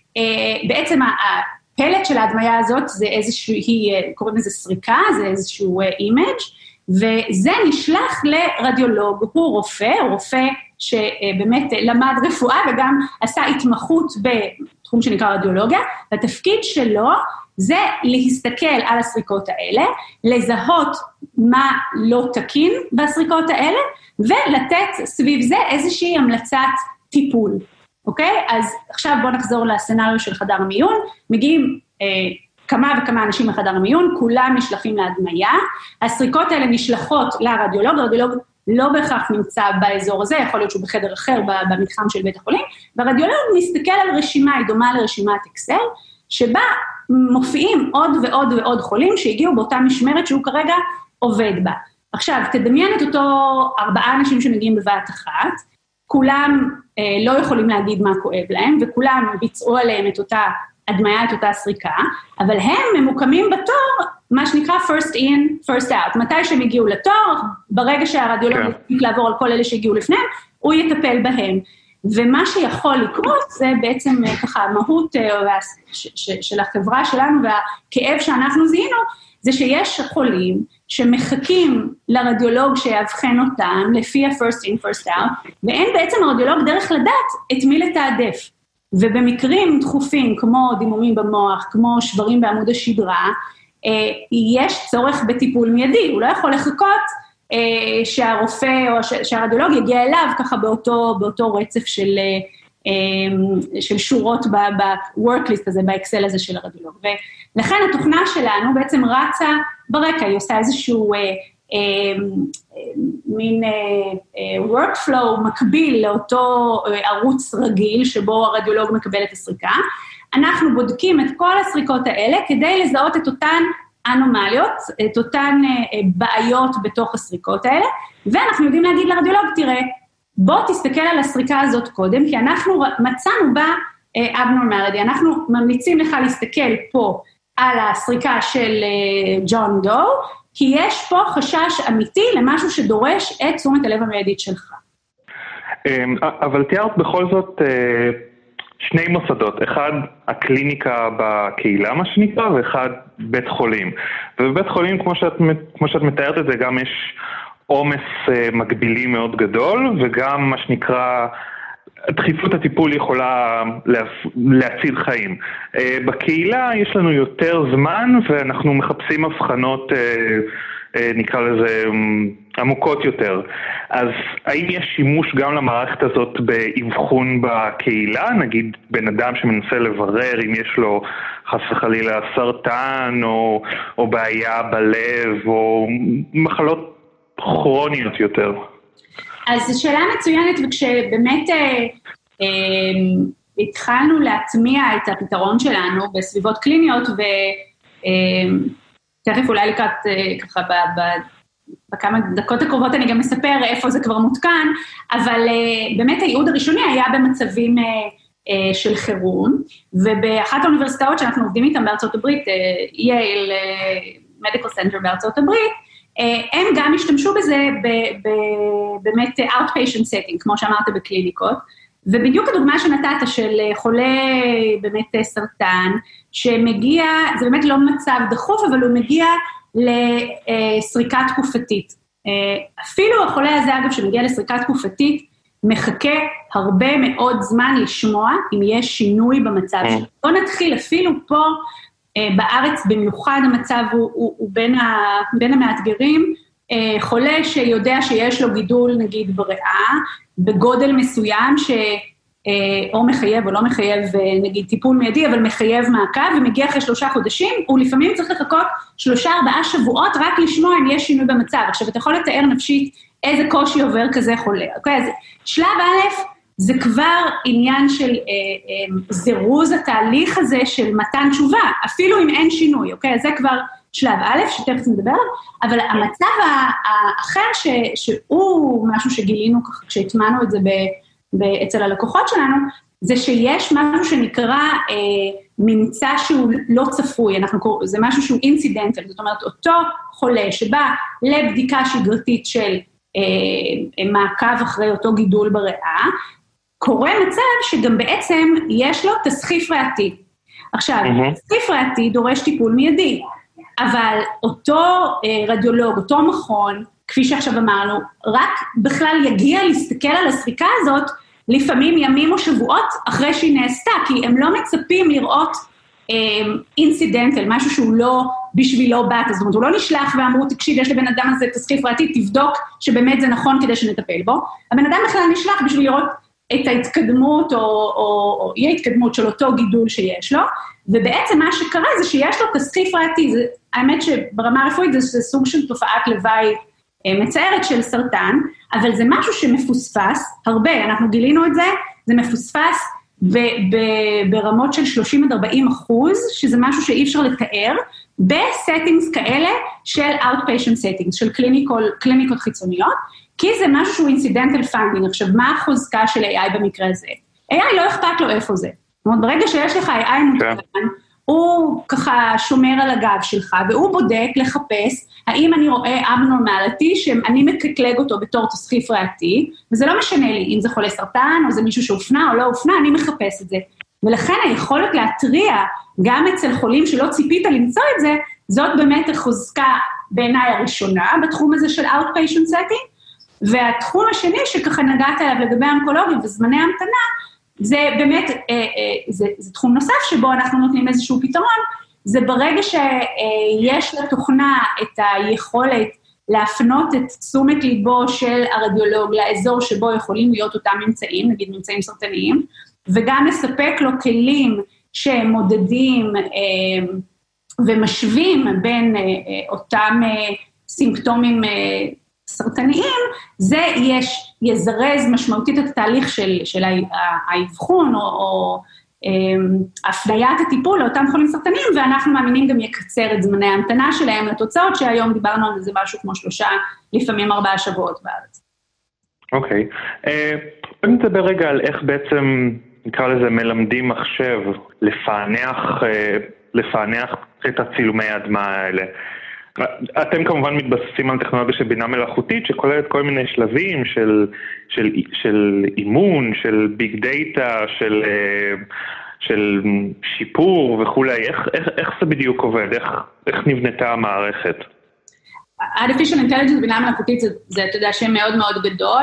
בעצם הפלט של ההדמיה הזאת זה איזושהי, קוראים לזה סריקה, זה איזשהו אימג', וזה נשלח לרדיולוג, הוא רופא, הוא רופא שבאמת למד רפואה וגם עשה התמחות בתחום שנקרא רדיולוגיה, והתפקיד שלו זה להסתכל על הסריקות האלה, לזהות מה לא תקין בסריקות האלה, ולתת סביב זה איזושהי המלצת טיפול, אוקיי? אז עכשיו בואו נחזור לסצנריו של חדר המיון, מגיעים אה, כמה וכמה אנשים לחדר המיון, כולם נשלחים להדמיה, הסריקות האלה נשלחות לרדיולוג, הרדיולוג לא בהכרח נמצא באזור הזה, יכול להיות שהוא בחדר אחר במתחם של בית החולים, והרדיולוג מסתכל על רשימה, היא דומה לרשימת אקסל, שבה מופיעים עוד ועוד ועוד חולים שהגיעו באותה משמרת שהוא כרגע עובד בה. עכשיו, תדמיין את אותו ארבעה אנשים שמגיעים בבת אחת, כולם אה, לא יכולים להגיד מה כואב להם, וכולם ביצעו עליהם את אותה הדמיה, את אותה סריקה, אבל הם ממוקמים בתור, מה שנקרא first in, first out. מתי שהם הגיעו לתור, ברגע שהרדיולוג יספיק לעבור על כל אלה שהגיעו לפניהם, הוא יטפל בהם. ומה שיכול לקרות זה בעצם ככה המהות של החברה שלנו והכאב שאנחנו זיהינו, זה שיש חולים שמחכים לרדיולוג שיאבחן אותם לפי ה-first in, first out, ואין בעצם הרדיולוג דרך לדעת את מי לתעדף. ובמקרים דחופים כמו דימומים במוח, כמו שברים בעמוד השדרה, יש צורך בטיפול מיידי, הוא לא יכול לחכות שהרופא או שהרדיולוג יגיע אליו ככה באותו, באותו רצף של, של שורות ב-work list הזה, באקסל הזה של הרדיולוג. ולכן התוכנה שלנו בעצם רצה ברקע, היא עושה איזשהו מין workflow מקביל לאותו ערוץ רגיל שבו הרדיולוג מקבל את הסריקה. אנחנו בודקים את כל הסריקות האלה כדי לזהות את אותן אנומליות, את אותן בעיות בתוך הסריקות האלה, ואנחנו יודעים להגיד לרדיולוג, תראה, בוא תסתכל על הסריקה הזאת קודם, כי אנחנו מצאנו בה abnormality, אנחנו ממליצים לך להסתכל פה על הסריקה של ג'ון דו, כי יש פה חשש אמיתי למשהו שדורש את תשומת הלב המיידית שלך. אבל תיארת בכל זאת שני מוסדות, אחד הקליניקה בקהילה מה שנקרא, ואחד בית חולים. ובבית חולים, כמו שאת, כמו שאת מתארת את זה, גם יש עומס מקבילי מאוד גדול, וגם מה שנקרא, דחיפות הטיפול יכולה להציל חיים. בקהילה יש לנו יותר זמן, ואנחנו מחפשים הבחנות, נקרא לזה, עמוקות יותר. אז האם יש שימוש גם למערכת הזאת באבחון בקהילה? נגיד בן אדם שמנסה לברר אם יש לו חס וחלילה סרטן, או, או בעיה בלב, או מחלות כרוניות יותר. אז זו שאלה מצוינת, וכשבאמת אה, אה, התחלנו להטמיע את הפתרון שלנו בסביבות קליניות, ותכף אה, אולי לקראת אה, ככה ב, ב, בכמה דקות הקרובות אני גם מספר איפה זה כבר מותקן, אבל אה, באמת הייעוד הראשוני היה במצבים אה, אה, של חירום, ובאחת האוניברסיטאות שאנחנו עובדים איתם בארצות הברית, אה, יייל מדיקל סנטר בארצות הברית, הם גם השתמשו בזה באמת outpatient setting, כמו שאמרת בקליניקות, ובדיוק הדוגמה שנתת של חולה באמת סרטן, שמגיע, זה באמת לא מצב דחוף, אבל הוא מגיע לסריקה תקופתית. אפילו החולה הזה, אגב, שמגיע לסריקה תקופתית, מחכה הרבה מאוד זמן לשמוע אם יש שינוי במצב שלו. בוא נתחיל אפילו פה, בארץ במיוחד המצב הוא, הוא, הוא בין, ה, בין המאתגרים, חולה שיודע שיש לו גידול נגיד בריאה, בגודל מסוים שאו מחייב או לא מחייב נגיד טיפול מיידי, אבל מחייב מעקב ומגיע אחרי שלושה חודשים, הוא לפעמים צריך לחכות שלושה ארבעה שבועות רק לשמוע אם יש שינוי במצב. עכשיו אתה יכול לתאר נפשית איזה קושי עובר כזה חולה. אוקיי, אז שלב א', זה כבר עניין של אה, אה, זירוז התהליך הזה של מתן תשובה, אפילו אם אין שינוי, אוקיי? אז זה כבר שלב א', שתכף נדבר עליו, אבל המצב האחר ש, שהוא משהו שגילינו ככה, כשהטמנו את זה ב, ב, אצל הלקוחות שלנו, זה שיש משהו שנקרא אה, ממצא שהוא לא צפוי, אנחנו קורא, זה משהו שהוא אינסידנטל, זאת אומרת, אותו חולה שבא לבדיקה שגרתית של אה, מעקב אחרי אותו גידול בריאה, קורה מצב שגם בעצם יש לו תסחיף ריאתי. עכשיו, mm-hmm. תסחיף ריאתי דורש טיפול מיידי, אבל אותו אה, רדיולוג, אותו מכון, כפי שעכשיו אמרנו, רק בכלל יגיע להסתכל על הסריקה הזאת, לפעמים ימים או שבועות אחרי שהיא נעשתה, כי הם לא מצפים לראות אה, אינסידנטל, משהו שהוא לא בשבילו בת, זאת אומרת, הוא לא נשלח ואמרו, תקשיב, יש לבן אדם הזה תסחיף ריאתי, תבדוק שבאמת זה נכון כדי שנטפל בו. הבן אדם בכלל נשלח בשביל לראות את ההתקדמות או, או, או אי ההתקדמות של אותו גידול שיש לו, ובעצם מה שקרה זה שיש לו תסחיף ריאתי, זה, האמת שברמה הרפואית זה, זה סוג של תופעת לוואי אה, מצערת של סרטן, אבל זה משהו שמפוספס הרבה, אנחנו גילינו את זה, זה מפוספס ב, ב, ברמות של שלושים עד ארבעים אחוז, שזה משהו שאי אפשר לתאר, בסטינגס כאלה של outpatient settings, של קליניקות, קליניקות חיצוניות, כי זה משהו שהוא אינסידנטל פנדינג. עכשיו, מה החוזקה של איי איי במקרה הזה? איי איי לא אכפת לו איפה זה. זאת אומרת, ברגע שיש לך איי איי מותקן, הוא ככה שומר על הגב שלך, והוא בודק לחפש האם אני רואה abnormality, שאני מקטלג אותו בתור תסחיף ריאתי, וזה לא משנה לי אם זה חולה סרטן, או זה מישהו שהופנה או לא הופנה, אני מחפש את זה. ולכן היכולת להטריע גם אצל חולים שלא ציפית למצוא את זה, זאת באמת החוזקה בעיניי הראשונה, בתחום הזה של outpatient setting, והתחום השני שככה נגעת עליו לגבי האונקולוגים וזמני המתנה, זה באמת, אה, אה, זה, זה תחום נוסף שבו אנחנו נותנים איזשהו פתרון, זה ברגע שיש לתוכנה את היכולת להפנות את תשומת ליבו של הרדיולוג לאזור שבו יכולים להיות אותם ממצאים, נגיד ממצאים סרטניים, וגם לספק לו כלים שמודדים אה, ומשווים בין אה, אותם אה, סימפטומים אה, סרטניים, זה יש, יזרז משמעותית את התהליך של, של האבחון או, או הפניית הטיפול לאותם חולים סרטניים, ואנחנו מאמינים גם יקצר את זמני ההמתנה שלהם לתוצאות, שהיום דיברנו על זה משהו כמו שלושה, לפעמים ארבעה שבועות בארץ. אוקיי. בוא נדבר רגע על איך בעצם, נקרא לזה, מלמדים מחשב לפענח, לפענח את הצילומי הדמעה האלה. אתם כמובן מתבססים על טכנולוגיה של בינה מלאכותית, שכוללת כל מיני שלבים של, של, של אימון, של ביג דאטה, של, של שיפור וכולי. איך, איך, איך זה בדיוק עובד? איך, איך נבנתה המערכת? Artificial Intelligence, בינה מלאכותית, זה, זה, אתה יודע, שם מאוד מאוד גדול.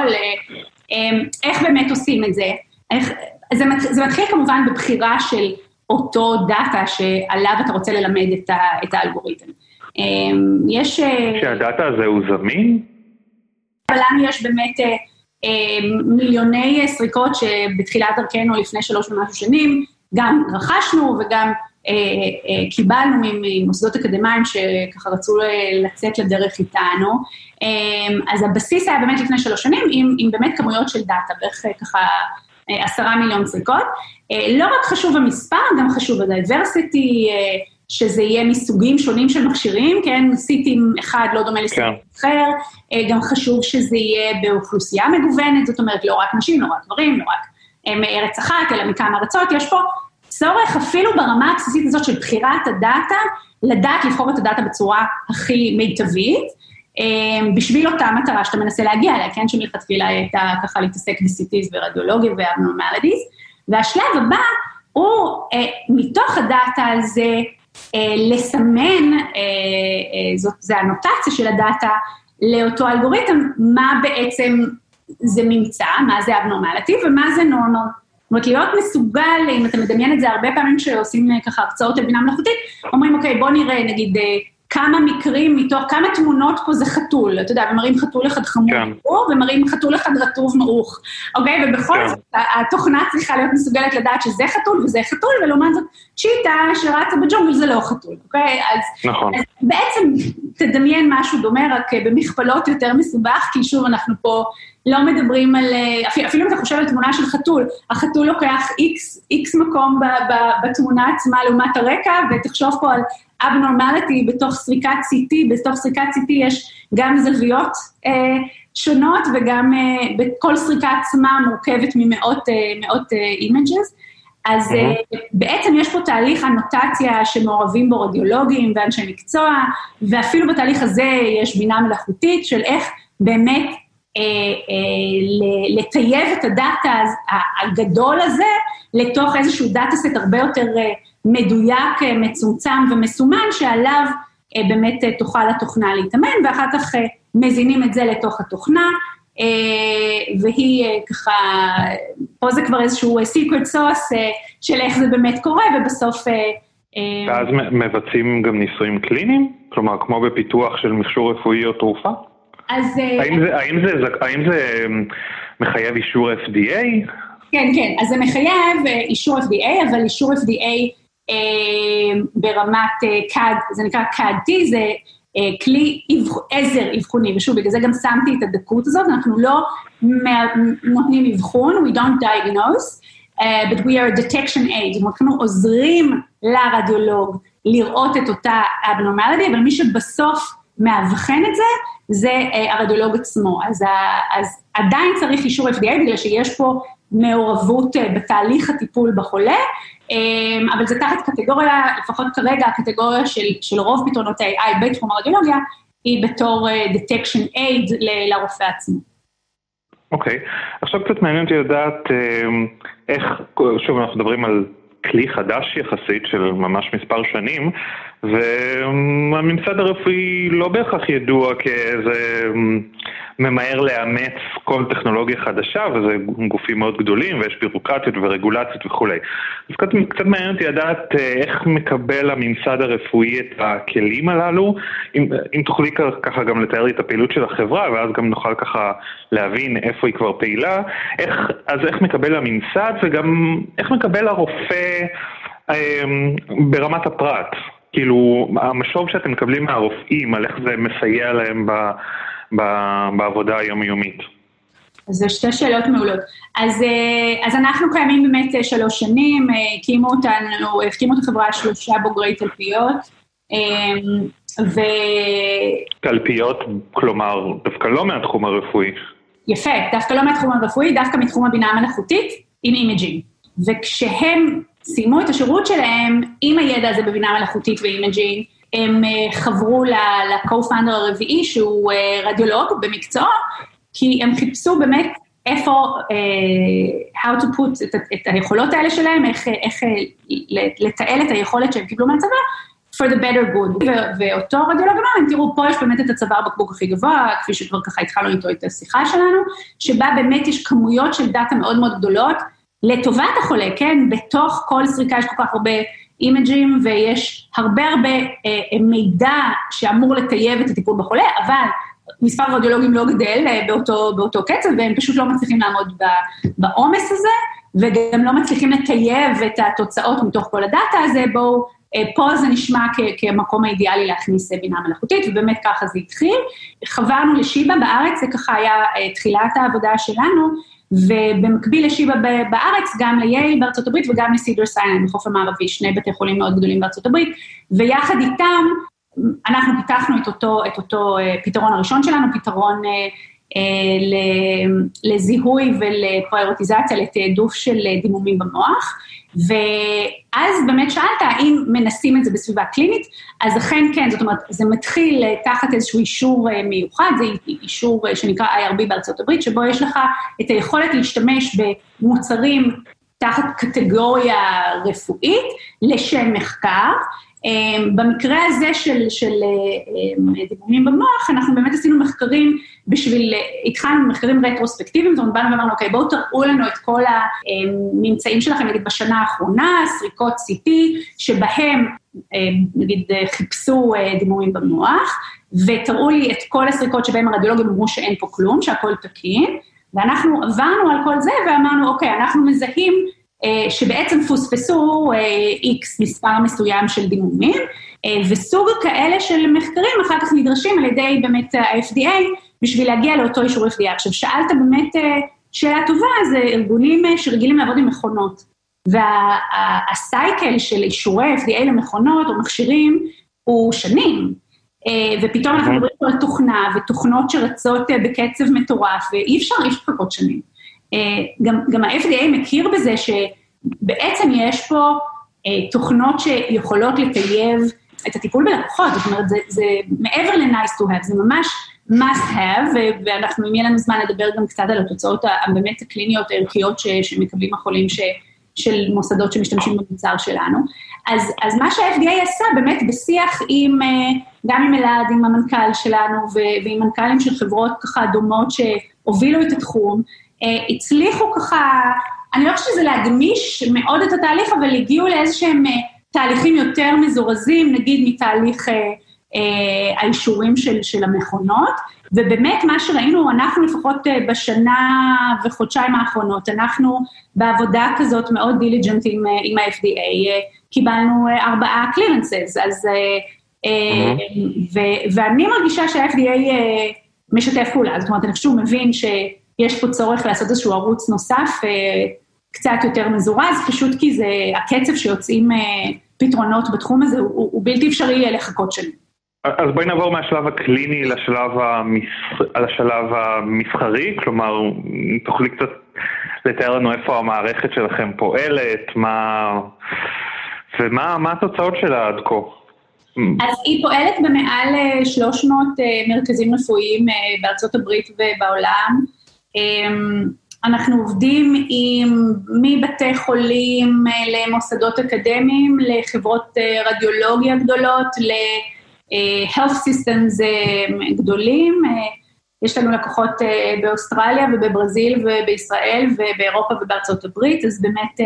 איך באמת עושים את זה? איך, זה, זה מתחיל כמובן בבחירה של אותו דאטה שעליו אתה רוצה ללמד את, ה, את האלגוריתם. יש... שהדאטה הזה הוא זמין? לנו יש באמת מיליוני סריקות שבתחילת דרכנו לפני שלוש ומשהו שנים, גם רכשנו וגם קיבלנו ממוסדות אקדמיים שככה רצו לצאת לדרך איתנו. אז הבסיס היה באמת לפני שלוש שנים עם, עם באמת כמויות של דאטה, בערך ככה עשרה מיליון סריקות. לא רק חשוב המספר, גם חשוב הדייברסיטי, שזה יהיה מסוגים שונים של מכשירים, כן? סיטים אחד לא דומה לסיטים אחר, גם חשוב שזה יהיה באוכלוסייה מגוונת, זאת אומרת, לא רק נשים, לא רק גברים, לא רק מארץ אחת, אלא מכמה ארצות, יש פה צורך אפילו ברמה הבסיסית הזאת של בחירת הדאטה, לדעת לבחור את הדאטה בצורה הכי מיטבית, בשביל אותה מטרה שאתה מנסה להגיע אליה, כן? שמלכתחילה הייתה ככה להתעסק בסיטיז ורדיולוגיה ואבנורמליטיז, והשלב הבא הוא מתוך הדאטה הזה, לסמן, זאת, זה הנוטציה של הדאטה, לאותו אלגוריתם, מה בעצם זה ממצא, מה זה אבנורמליטי ומה זה נורמל. זאת אומרת, להיות מסוגל, אם אתה מדמיין את זה הרבה פעמים שעושים ככה הרצאות על בינה מלאכותית, אומרים, אוקיי, בוא נראה, נגיד, כמה מקרים מתוך, כמה תמונות פה זה חתול, אתה יודע, ומראים חתול אחד חמור מרוך, ומראים חתול אחד רטוב מרוך, אוקיי? ובכל זאת, התוכנה צריכה להיות מסוגלת לדעת שזה חתול וזה חתול, ולעומת זאת, צ'יטה שרצה בג'ונגל זה לא חתול, אוקיי? אז, נכון. אז בעצם תדמיין משהו דומה, רק במכפלות יותר מסובך, כי שוב אנחנו פה לא מדברים על, אפילו, אפילו אם אתה חושב על תמונה של חתול, החתול לוקח איקס, איקס מקום ב, ב, בתמונה עצמה לעומת הרקע, ותחשוב פה על אבנורמליטי בתוך סריקת סי טי, בתוך סריקת סי טי יש גם זוויות אה, שונות, וגם אה, בכל סריקה עצמה מורכבת ממאות אה, מאות אה, אימג'ז, אז mm-hmm. אה, בעצם יש פה תהליך הנוטציה שמעורבים בו רדיולוגים ואנשי מקצוע, ואפילו בתהליך הזה יש בינה מלאכותית של איך באמת אה, אה, לטייב את הדאטה הגדול הזה, לתוך איזשהו דאטה-סט הרבה יותר אה, מדויק, מצומצם ומסומן, שעליו אה, באמת אה, תוכל התוכנה להתאמן, ואחר כך אה, מזינים את זה לתוך התוכנה, אה, והיא אה, ככה, פה זה כבר איזשהו secret sauce אה, של איך זה באמת קורה, ובסוף... אה, ואז אה, מבצעים גם ניסויים קליניים? כלומר, כמו בפיתוח של מכשור רפואי או תרופה? אז... אה, האם זה, האם זה, האם זה מחייב אישור אף די איי? כן, כן, אז זה מחייב אישור אף די איי, אבל אישור אף די איי אה, ברמת קאד, זה נקרא קאד טי, זה אה, כלי עזר אבחוני, ושוב, בגלל זה גם שמתי את הדקות הזאת, אנחנו לא נותנים אבחון, we don't diagnose, uh, but we are a detection aid, אנחנו עוזרים לרדיולוג לראות את אותה abnormality, אבל מי שבסוף מאבחן את זה, זה uh, הרדיולוג עצמו, אז, ה, אז עדיין צריך אישור אף די איי, בגלל שיש פה מעורבות uh, בתהליך הטיפול בחולה, um, אבל זה תחת קטגוריה, לפחות כרגע הקטגוריה של, של רוב פתרונות ה-איי איי בתחום הרדיולוגיה, היא בתור uh, detection aid ל- לרופא עצמו. אוקיי, okay. עכשיו קצת מעניין אותי לדעת uh, איך, שוב אנחנו מדברים על כלי חדש יחסית של ממש מספר שנים, והממסד הרפואי לא בהכרח ידוע כאיזה ממהר לאמץ כל טכנולוגיה חדשה, וזה גופים מאוד גדולים, ויש בירוקרטיות ורגולציות וכו'. אז קצת, קצת מעניין אותי לדעת איך מקבל הממסד הרפואי את הכלים הללו, אם, אם תוכלי ככה גם לתאר לי את הפעילות של החברה, ואז גם נוכל ככה להבין איפה היא כבר פעילה, איך, אז איך מקבל הממסד, וגם איך מקבל הרופא ברמת הפרט. כאילו, המשוב שאתם מקבלים מהרופאים, על איך זה מסייע להם ב, ב, בעבודה היומיומית. אז זה שתי שאלות מעולות. אז, אז אנחנו קיימים באמת שלוש שנים, הקימו אותנו, הקימו את החברה שלושה בוגרי תלפיות, ו... תלפיות, כלומר, דווקא לא מהתחום הרפואי. יפה, דווקא לא מהתחום הרפואי, דווקא מתחום הבינה המלאכותית, עם אימג'ינג. וכשהם סיימו את השירות שלהם, עם הידע הזה בבינה מלאכותית ואימג'ינג, הם חברו ל-co-founder הרביעי, שהוא רדיולוג במקצוע, כי הם חיפשו באמת איפה, how to put את, את היכולות האלה שלהם, איך, איך לתעל את היכולת שהם קיבלו מהצבא, for the better good. ואותו רדיולוג אמר, הם תראו, פה יש באמת את הצוואר בקבוק הכי גבוה, כפי שכבר ככה התחלנו איתו את השיחה שלנו, שבה באמת יש כמויות של דאטה מאוד מאוד גדולות, לטובת החולה, כן? בתוך כל סריקה יש כל כך הרבה אימג'ים, ויש הרבה הרבה אה, מידע שאמור לטייב את הטיפול בחולה, אבל מספר רדיולוגים לא גדל אה, באותו, באותו קצב, והם פשוט לא מצליחים לעמוד בעומס הזה, וגם לא מצליחים לטייב את התוצאות מתוך כל הדאטה הזה, בואו, אה, פה זה נשמע כ- כמקום האידיאלי להכניס בינה מלאכותית, ובאמת ככה זה התחיל. חברנו לשיבא בארץ, זה ככה היה אה, תחילת העבודה שלנו, ובמקביל לשיבא בארץ, גם לייל בארצות הברית, וגם לסידר סיני בחוף המערבי, שני בתי חולים מאוד גדולים בארצות הברית, ויחד איתם, אנחנו פיתחנו את אותו, את אותו פתרון הראשון שלנו, פתרון לזיהוי ולפריוריטיזציה, לתעדוף של דימומים במוח, ואז באמת שאלת, האם מנסים את זה בסביבה קלינית, אז אכן כן, זאת אומרת, זה מתחיל תחת איזשהו אישור מיוחד, זה אישור שנקרא איי אר בי בארצות הברית, שבו יש לך את היכולת להשתמש במוצרים תחת קטגוריה רפואית, לשם מחקר. במקרה הזה של, של דימומים במוח, אנחנו באמת עשינו מחקרים בשביל, התחלנו מחקרים רטרוספקטיביים, זאת אומרת, באנו ואמרנו, אוקיי, בואו תראו לנו את כל הממצאים שלכם, נגיד בשנה האחרונה, סריקות סי טי, שבהם, נגיד, חיפשו דימומים במוח, ותראו לי את כל הסריקות שבהם הרדיולוגים אמרו שאין פה כלום, שהכל תקין, ואנחנו עברנו על כל זה ואמרנו, אוקיי, אנחנו מזהים, שבעצם פוספסו איקס מספר מסוים של דימומים, וסוג כאלה של מחקרים אחר כך נדרשים על ידי באמת ה-אף די איי, בשביל להגיע לאותו אישור אף די איי. עכשיו, שאלת באמת שאלה טובה, זה ארגונים שרגילים לעבוד עם מכונות, והסייקל של אישורי אף די איי למכונות או מכשירים הוא שנים, ופתאום אנחנו מדברים על תוכנה ותוכנות שרצות בקצב מטורף, ואי אפשר, אי אפשר לחכות שנים. גם, גם ה-אף די איי מכיר בזה שבעצם יש פה תוכנות שיכולות לטייב את הטיפול בלקוחות, זאת אומרת, זה, זה מעבר ל-nice to have, זה ממש must have, ואנחנו, אם יהיה לנו זמן, נדבר גם קצת על התוצאות הבאמת הקליניות, הערכיות ש, שמקבלים החולים ש, של מוסדות שמשתמשים במוצר שלנו. אז, אז מה שה-אף די איי עשה, באמת בשיח עם, גם עם אלעד, עם המנכ"ל שלנו, ועם מנכ"לים של חברות ככה דומות שהובילו את התחום, הצליחו ככה, אני לא חושבת שזה להגמיש מאוד את התהליך, אבל הגיעו לאיזשהם תהליכים יותר מזורזים, נגיד מתהליך אה, אה, האישורים של, של המכונות, ובאמת מה שראינו, אנחנו לפחות אה, בשנה וחודשיים האחרונות, אנחנו בעבודה כזאת מאוד דיליג'נט עם, עם ה-אף די איי, אה, קיבלנו אה, ארבעה קלירנסס, אז, אה, אה, ו, ואני מרגישה שה-אף די איי אה, משתף פעולה, זאת אומרת, אני חושב שהוא מבין ש... יש פה צורך לעשות איזשהו ערוץ נוסף, קצת יותר מזורז, פשוט כי זה הקצב שיוצאים פתרונות בתחום הזה, הוא, הוא בלתי אפשרי לחכות שנים. אז בואי נעבור מהשלב הקליני לשלב המס... לשלב המסחרי, כלומר, תוכלי קצת לתאר לנו איפה המערכת שלכם פועלת, מה... ומה מה התוצאות שלה עד כה? אז היא פועלת במעל שלוש מאות מרכזים רפואיים בארצות הברית ובעולם, אנחנו עובדים עם מבתי חולים למוסדות אקדמיים, לחברות רדיולוגיה גדולות, ל-health systems גדולים, יש לנו לקוחות באוסטרליה ובברזיל ובישראל ובאירופה ובארצות הברית, אז באמת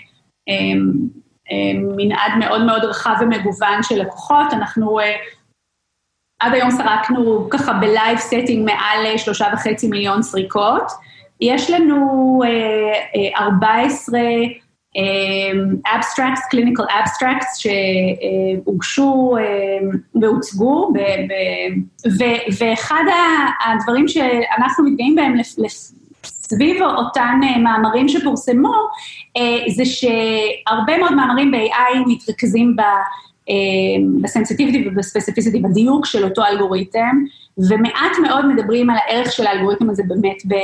מנעד מאוד מאוד רחב ומגוון של לקוחות, אנחנו עד היום סרקנו ככה בלייב סטינג מעל שלושה וחצי מיליון סריקות, יש לנו ארבע עשרה abstracts, clinical abstracts שהוגשו והוצגו, ואחד הדברים שאנחנו מתגאים בהם סביב אותן מאמרים שפורסמו, זה שהרבה מאוד מאמרים ב-איי איי מתרכזים בסנסיטיביטי ובספציפיסיטי, בדיוק של אותו אלגוריתם, ומעט מאוד מדברים על הערך של האלגוריתם הזה באמת ב...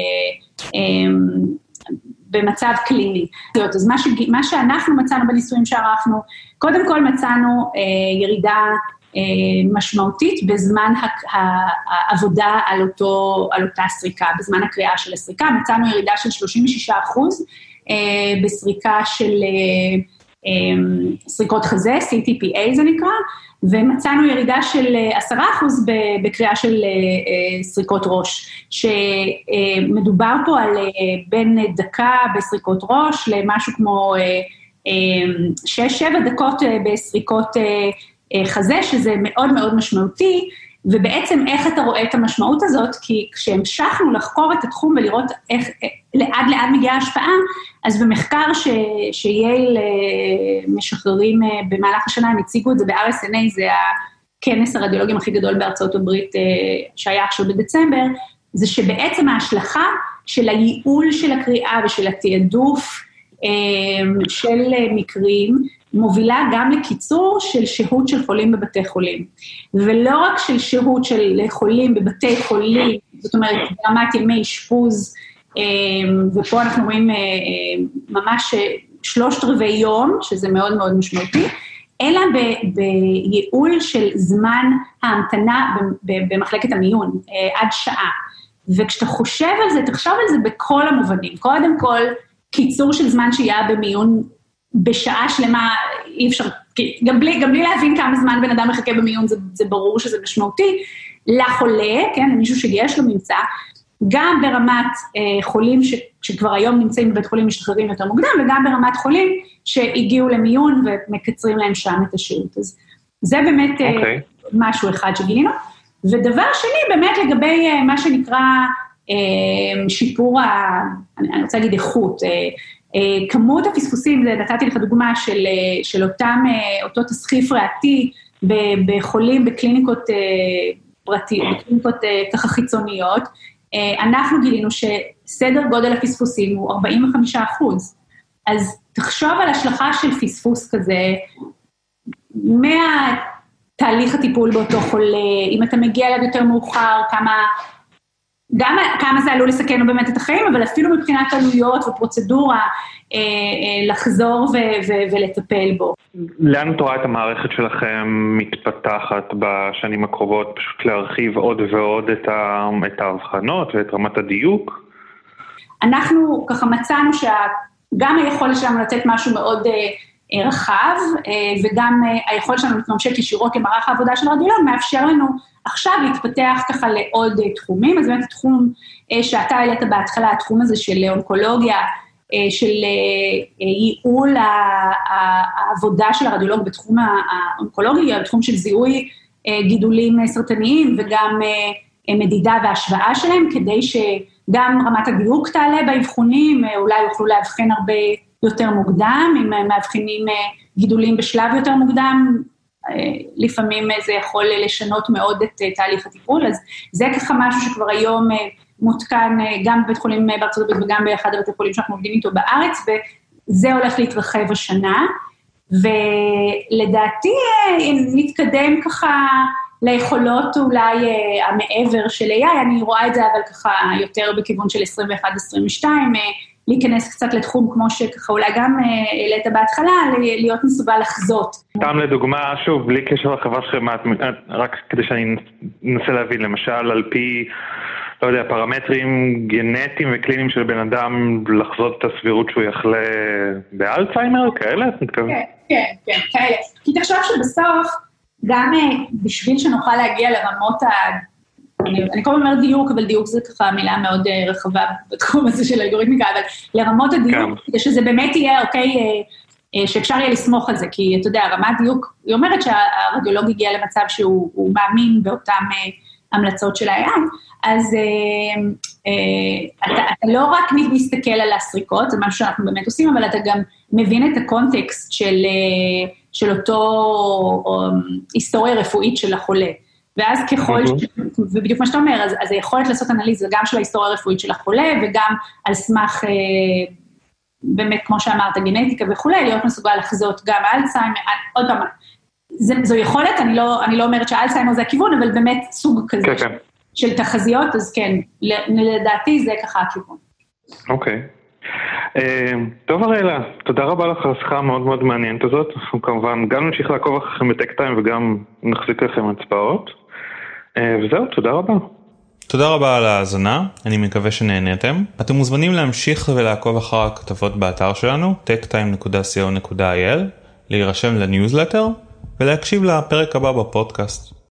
במצב קליני. אז מה, ש... מה שאנחנו מצאנו בניסויים שערכנו, קודם כל מצאנו אה, ירידה אה, משמעותית בזמן העבודה על, אותו, על אותה סריקה, בזמן הקריאה של הסריקה, מצאנו ירידה של שלושים ושישה אחוז אה, בסריקה של אה, אה, סריקות חזה, סי טי פי איי זה נקרא, ומצאנו ירידה של עשרה אחוז בקריאה של סריקות ראש, שמדובר פה על בין דקה בסריקות ראש למשהו כמו שש שבע דקות בסריקות חזה, שזה מאוד מאוד משמעותי, ובעצם איך אתה רואה את המשמעות הזאת, כי כשהמשכנו לחקור את התחום ולראות איך, לאט לאט מגיעה ההשפעה, אז במחקר ש, שייל משחררים במהלך השנה, הם הציגו את זה ב-אר אס אן איי, זה הכנס הרדיולוגים הכי גדול בארצות הברית, שהיה עכשיו בדצמבר, זה שבעצם ההשלכה של הייעול של הקריאה ושל התעדוף של מקרים, מובילה גם לקיצור של שהות של חולים בבתי חולים, ולא רק של שהות של חולים בבתי חולים, זאת אומרת, ברמת ימי אשפוז, ופה אנחנו רואים ממש שלושת רבעי יום, שזה מאוד מאוד משמעותי, אלא בייעול של זמן ההמתנה במחלקת המיון, עד שעה. וכשאתה חושב על זה, תחשוב על זה בכל המובנים. קודם כל, קיצור של זמן שיהיה במיון בשעה שלמה, אי אפשר, גם בלי, גם בלי להבין כמה זמן בן אדם מחכה במיון, זה, זה ברור שזה משמעותי, לחולה, כן, למישהו שיש לו ממצא, גם ברמת אה, חולים ש, שכבר היום נמצאים בבית חולים משתחררים יותר מוקדם, וגם ברמת חולים שהגיעו למיון ומקצרים להם שם את השהות. אז זה באמת okay. אה, משהו אחד שגילינו. ודבר שני, באמת לגבי אה, מה שנקרא אה, שיפור, ה, אני, אני רוצה להגיד איכות, אה, אה, כמות הפספוסים, נתתי לך דוגמה של, אה, של אותם, אה, אותו תסחיף ריאתי בחולים בקליניקות אה, פרטיות, בקליניקות אה, ככה חיצוניות, אנחנו גילינו שסדר גודל הפספוסים הוא ארבעים וחמישה אחוז. אז תחשוב על השלכה של פספוס כזה, מהתהליך הטיפול באותו חולה, אם אתה מגיע אליו יותר מאוחר, כמה, גם כמה זה עלול לסכן באמת את החיים, אבל אפילו מבחינת עלויות ופרוצדורה, לחזור ו- ו- ולטפל בו. לאן את רואה את המערכת שלכם מתפתחת בשנים הקרובות, פשוט להרחיב עוד ועוד את, ה- את ההבחנות ואת רמת הדיוק? אנחנו ככה מצאנו שגם היכולת שלנו לתת משהו מאוד אה, רחב, אה, וגם אה, היכולת שלנו להתממשק ישירות למערך העבודה של הרדיולוג, מאפשר לנו עכשיו להתפתח ככה לעוד אה, תחומים, אז באמת התחום אה, שאתה העלית בהתחלה, התחום הזה של אונקולוגיה, של ייעול העבודה של הרדיולוג בתחום האונקולוגיה, בתחום של זיהוי גידולים סרטניים וגם מדידה והשוואה שלהם, כדי שגם רמת הדיוק תעלה באבחונים, אולי יוכלו להבחן הרבה יותר מוקדם, אם מאבחנים גידולים בשלב יותר מוקדם, לפעמים זה יכול לשנות מאוד את תהליך הטיפול, אז זה ככה משהו שכבר היום מותקן גם בבית חולים בארצות הברית וגם באחד הבתי חולים שאנחנו עובדים איתו בארץ, וזה הולך להתרחב השנה, ולדעתי נתקדם ככה ליכולות אולי המעבר של איי איי, אני רואה את זה אבל ככה יותר בכיוון של עשרים ואחת עשרים ושתיים, להיכנס קצת לתחום כמו שככה אולי גם העלית בהתחלה, להיות מסוגל לחזות. סתם לדוגמה, שוב, בלי קשר לחברה שלכם, רק כדי שאני אנסה להבין, למשל על פי לא יודע, פרמטרים גנטיים וקליניים של בן אדם לחזות את הסבירות שהוא יחלה באלצהיימר, כאלה? כן, כן, כן, כאלה. כי תחשוב שבסוף, גם בשביל שנוכל להגיע לרמות ה... אני כל הזמן אומר דיוק, אבל דיוק זה ככה מילה מאוד רחבה בתחום הזה של האלגוריתמיקה, אבל לרמות הדיוק, כדי שזה באמת יהיה, אוקיי, שאפשר יהיה לסמוך על זה, כי אתה יודע, רמת דיוק, היא אומרת שהרדיולוג הגיע למצב שהוא מאמין באותם המלצות של ה-איי איי, אז אתה, אתה לא רק מסתכל על הסריקות, זה משהו שאנחנו באמת עושים, אבל אתה גם מבין את הקונטקסט של, של אותו היסטוריה רפואית של החולה. ואז ככל, ש... ובדיוק מה שאתה אומר, אז, אז היכולת לעשות אנליזה גם של ההיסטוריה הרפואית של החולה, וגם על סמך, אה, באמת, כמו שאמרת, גנטיקה וכו', להיות מסוגל לחזות גם אלצהיימר, עוד פעם, זה, זו יכולת, אני לא, אני לא אומרת שאלצהיימר זה הכיוון, אבל באמת סוג כזה כן, של, כן. של תחזיות, אז כן, לדעתי זה ככה הכיוון. אוקיי. טוב אראלה, תודה רבה לך על השיחה המאוד מאוד מעניינת הזאת, אנחנו כמובן גם נמשיך לעקוב אחריכם בטק-טיים וגם נחזיק לכם הצבעות, וזהו, תודה רבה. תודה רבה על ההאזנה, אני מקווה שנהניתם. אתם מוזמנים להמשיך ולעקוב אחר הכתבות באתר שלנו, טק טיים נקודה סי או נקודה איי אל, להירשם לניוזלטר ולהקשיב לפרק הבא בפודקאסט.